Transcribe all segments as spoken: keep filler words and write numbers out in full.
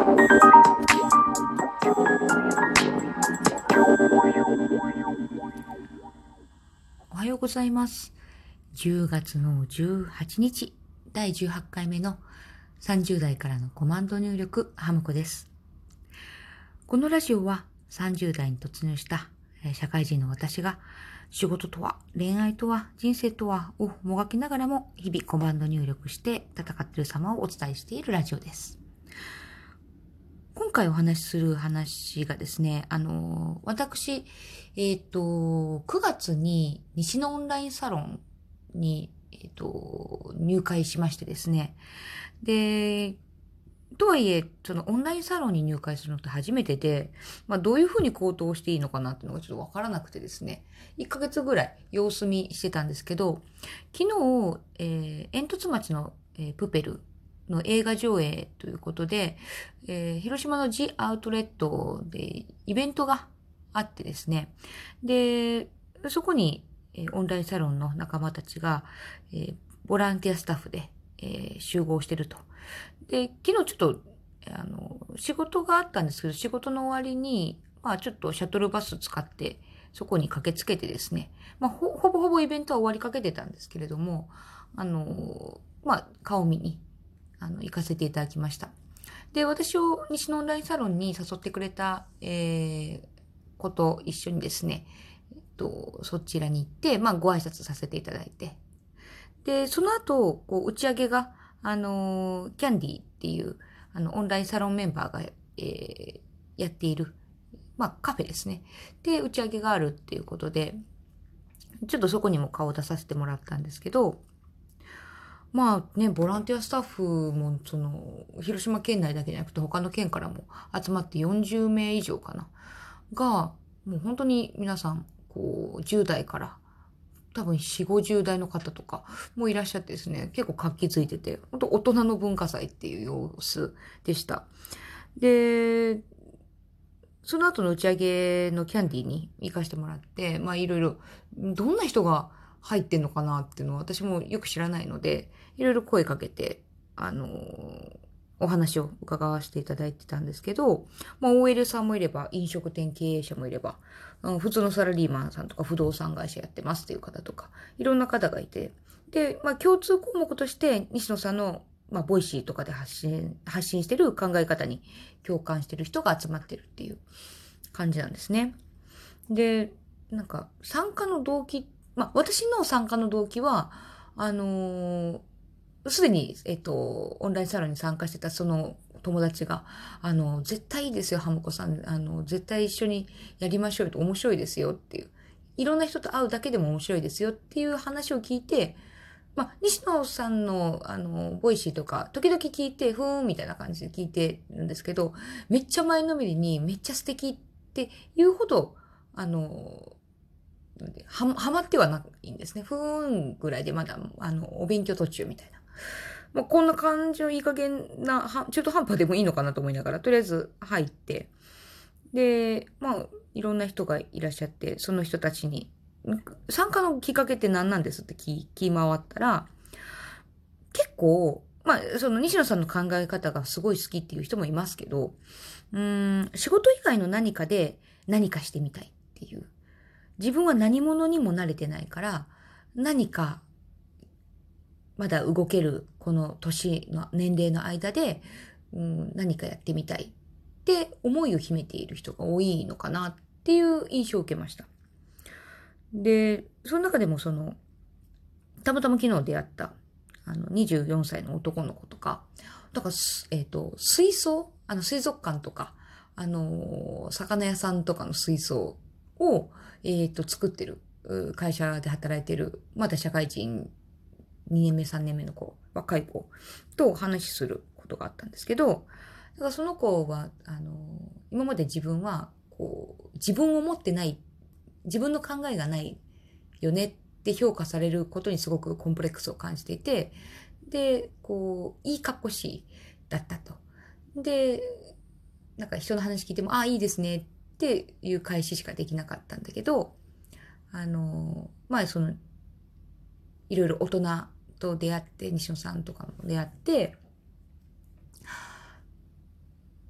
おはようございます。じゅうがつのじゅうはちにち、だいじゅうはちかいめのさんじゅうだいからのコマンド入力ハムコです。このラジオはさんじゅうだいに突入した社会人の私が仕事とは恋愛とは人生とはをもがきながらも日々コマンド入力して戦っている様をお伝えしているラジオです。今回お話しする話がですね、あの、私、えっと、くがつに西のオンラインサロンに、えっと、入会しましてですね。で、とはいえ、そのオンラインサロンに入会するのって初めてで、まあどういうふうに行動していいのかなっていうのがちょっとわからなくてですね、いっかげつぐらい様子見してたんですけど、昨日、えー、煙突町の、えー、プペルの映画上映ということで、えー、広島のジ・アウトレットでイベントがあってですね、で、そこに、えー、オンラインサロンの仲間たちが、えー、ボランティアスタッフで、えー、集合してると。で、昨日ちょっと、あの、仕事があったんですけど、仕事の終わりに、まあちょっとシャトルバス使って、そこに駆けつけてですね、まあほ、ほぼほぼイベントは終わりかけてたんですけれども、あの、まあ顔見に、あの、行かせていただきました。で、私を西のオンラインサロンに誘ってくれた、えー、子と一緒にですね、えっと、そちらに行って、まあご挨拶させていただいて、で、その後、こう、打ち上げが、あの、キャンディっていう、あの、オンラインサロンメンバーが、えー、やっている、まあ、カフェですね。で、打ち上げがあるっていうことで、ちょっとそこにも顔を出させてもらったんですけど、まあね、ボランティアスタッフも、その、広島県内だけじゃなくて他の県からも集まってよんじゅうめい以上かな。が、もう本当に皆さん、こう、じゅうだいから多分よんじゅう、ごじゅうだいの方とかもいらっしゃってですね、結構活気づいてて、本当大人の文化祭っていう様子でした。で、その後の打ち上げのキャンディーに行かせてもらって、まあいろいろ、どんな人が入ってんのかなっていうのは私もよく知らないので、いろいろ声かけて、あのーお話を伺わせていただいてたんですけど、まあ オーエル さんもいれば、飲食店経営者もいれば、普通のサラリーマンさんとか不動産会社やってますっていう方とか、いろんな方がいて、で、まあ共通項目として西野さんのまあ、ボイシーとかで発信、発信してる考え方に共感してる人が集まってるっていう感じなんですね。で、なんか、参加の動機、まあ、私の参加の動機は、あのー、すでに、えっと、オンラインサロンに参加してたその友達が、あの、絶対いいですよ、ハムコさん。あの、絶対一緒にやりましょうと面白いですよっていう。いろんな人と会うだけでも面白いですよっていう話を聞いて、まあ、西野さんの、あの、ボイシーとか、時々聞いて、ふーんみたいな感じで聞いてるんですけど、めっちゃ前のめりに、めっちゃ素敵っていうほど、あの、は、はまってはないんですね。ふーんぐらいでまだ、あの、お勉強途中みたいな。まあ、こんな感じのいい加減な、は中途半端でもいいのかなと思いながら、とりあえず入って、で、まあ、いろんな人がいらっしゃって、その人たちに、参加のきっかけって何なんですって聞き回ったら、結構、まあ、その西野さんの考え方がすごい好きっていう人もいますけど、うーん、仕事以外の何かで何かしてみたいっていう。自分は何者にも慣れてないから、何かまだ動けるこの年の年齢の間で、うん、何かやってみたいって思いを秘めている人が多いのかなっていう印象を受けました。で、その中でもその、たまたま昨日出会った、あの、にじゅうよんさいの男の子とか、だから、えっと、水槽あの、水族館とか、あの、魚屋さんとかの水槽を、えっと、作ってる、会社で働いてる、まだ社会人にねんめ、さんねんめの子、若い子とお話しすることがあったんですけど、だからその子は、あの、今まで自分は、こう、自分を持ってない、自分の考えがないよねって評価されることにすごくコンプレックスを感じていて、で、こう、いい格好しいだったと。で、なんか人の話聞いても、ああ、いいですねっていう返ししかできなかったんだけど、あの、まあ、その、いろいろ大人と出会って、西野さんとかも出会って、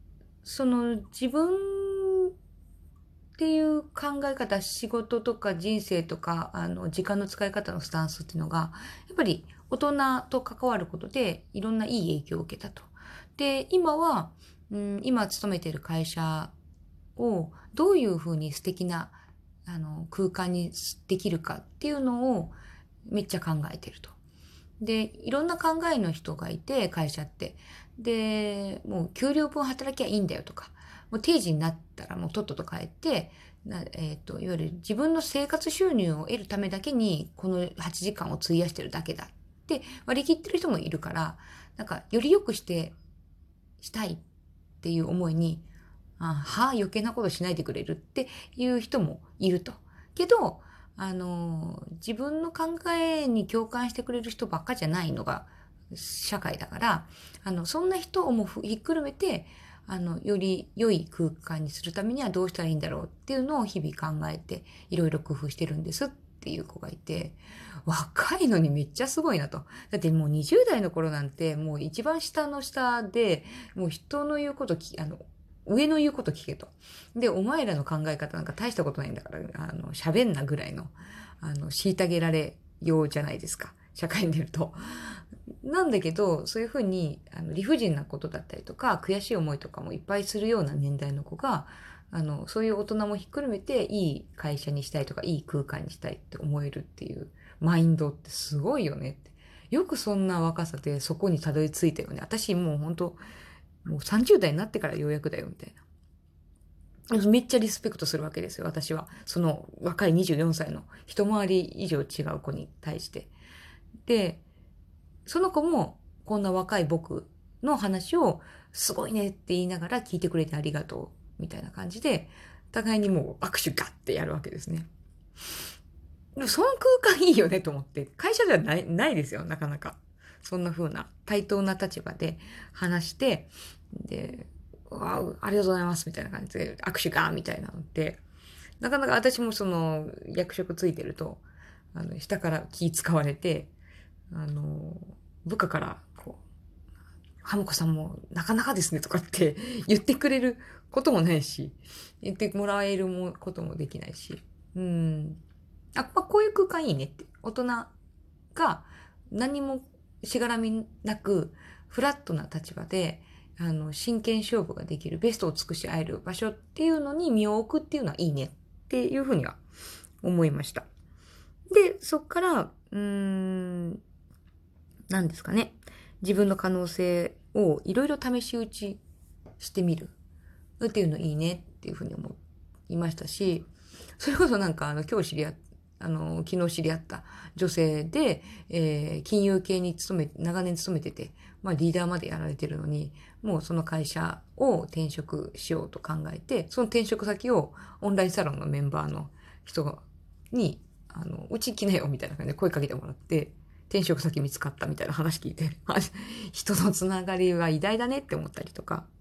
その自分っていう考え方、仕事とか人生とか、あの、時間の使い方のスタンスっていうのが、やっぱり大人と関わることでいろんないい影響を受けたと。で、今は、うん、今勤めている会社をどういうふうに素敵なあの空間にできるかっていうのをめっちゃ考えてると。で、いろんな考えの人がいて、会社って。で、もう給料分働きゃいいんだよとか、もう定時になったらもうとっとと帰って、なえっと、いわゆる自分の生活収入を得るためだけに、このはちじかんを費やしてるだけだって割り切ってる人もいるから、なんか、より良くして、したいっていう思いに、あはあ、余計なことしないでくれるっていう人もいると。けど、あの、自分の考えに共感してくれる人ばっかじゃないのが社会だから、あの、そんな人をもひっくるめて、あの、より良い空間にするためにはどうしたらいいんだろうっていうのを日々考えて、いろいろ工夫してるんですっていう子がいて、若いのにめっちゃすごいなと。だってもうにじゅう代の頃なんて、もう一番下の下で、もう人の言うことき、あの、上の言うこと聞けと。で、お前らの考え方なんか大したことないんだから、あの、喋んなぐらいの、あの、虐げられようじゃないですか。社会に出ると。なんだけど、そういうふうに、あの、理不尽なことだったりとか、悔しい思いとかもいっぱいするような年代の子が、あの、そういう大人もひっくるめて、いい会社にしたいとか、いい空間にしたいって思えるっていうマインドってすごいよねって。よくそんな若さでそこにたどり着いたよね。私もう本当もうさんじゅう代になってからようやくだよ、みたいな。めっちゃリスペクトするわけですよ、私は。その若いにじゅうよんさいの一回り以上違う子に対して。で、その子もこんな若い僕の話をすごいねって言いながら聞いてくれてありがとう、みたいな感じで、互いにもう握手ガッてやるわけですね。でもその空間いいよねと思って、会社ではない、ないですよ、なかなか。そんな風な対等な立場で話して、で、わあ、ありがとうございますみたいな感じで握手がみたいなのって、なかなか私もその役職ついてると、あの、下から気使われて、あの、部下からこう、ハムコさんもなかなかですねとかって言ってくれることもないし、言ってもらえるもこともできないし、うん。あ、まあ、こういう空間いいねって。大人が何もしがらみなく、フラットな立場で、あの、真剣勝負ができる、ベストを尽くし合える場所っていうのに身を置くっていうのはいいねっていうふうには思いました。で、そっから、うーん、何ですかね。自分の可能性をいろいろ試し打ちしてみるっていうのいいねっていうふうに思いましたし、それこそなんかあの今日知り合っあの、昨日知り合った女性で、えー、金融系に勤め、長年勤めてて、まあリーダーまでやられてるのに、もうその会社を転職しようと考えて、その転職先をオンラインサロンのメンバーの人に、あの、うち来なよみたいな感じで声かけてもらって、転職先見つかったみたいな話聞いて、人のつながりは偉大だねって思ったりとか、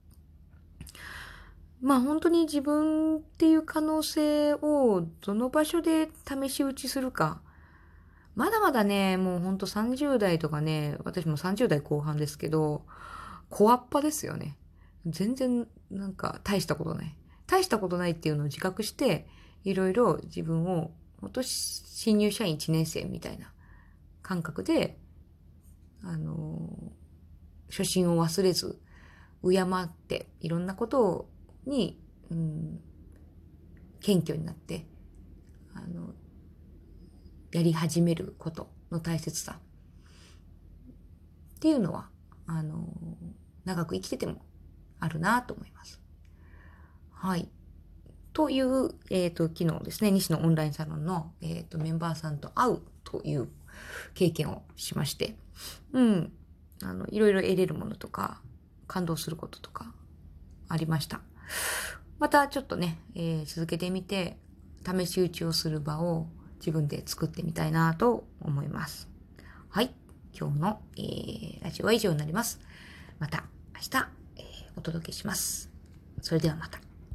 まあ本当に自分っていう可能性をどの場所で試し打ちするか。まだまだね、もうほんとさんじゅう代とかね、私もさんじゅう代後半ですけど、小っぱですよね。全然なんか大したことない。大したことないっていうのを自覚して、いろいろ自分を、本当新入社員いちねん生みたいな感覚で、あの、初心を忘れず、敬っていろんなことに、うん、謙虚になって、あの、やり始めることの大切さっていうのは、あの、長く生きててもあるなと思います。はい。という、えっ、ー、と、昨日ですね、西のオンラインサロンの、えっ、ー、と、メンバーさんと会うという経験をしまして、うん、あの、いろいろ得れるものとか、感動することとか、ありました。またちょっとね、えー、続けてみて、試し打ちをする場を自分で作ってみたいなと思います。はい。今日の、えー、ラジオは以上になります。また明日、えー、お届けします。それではまた。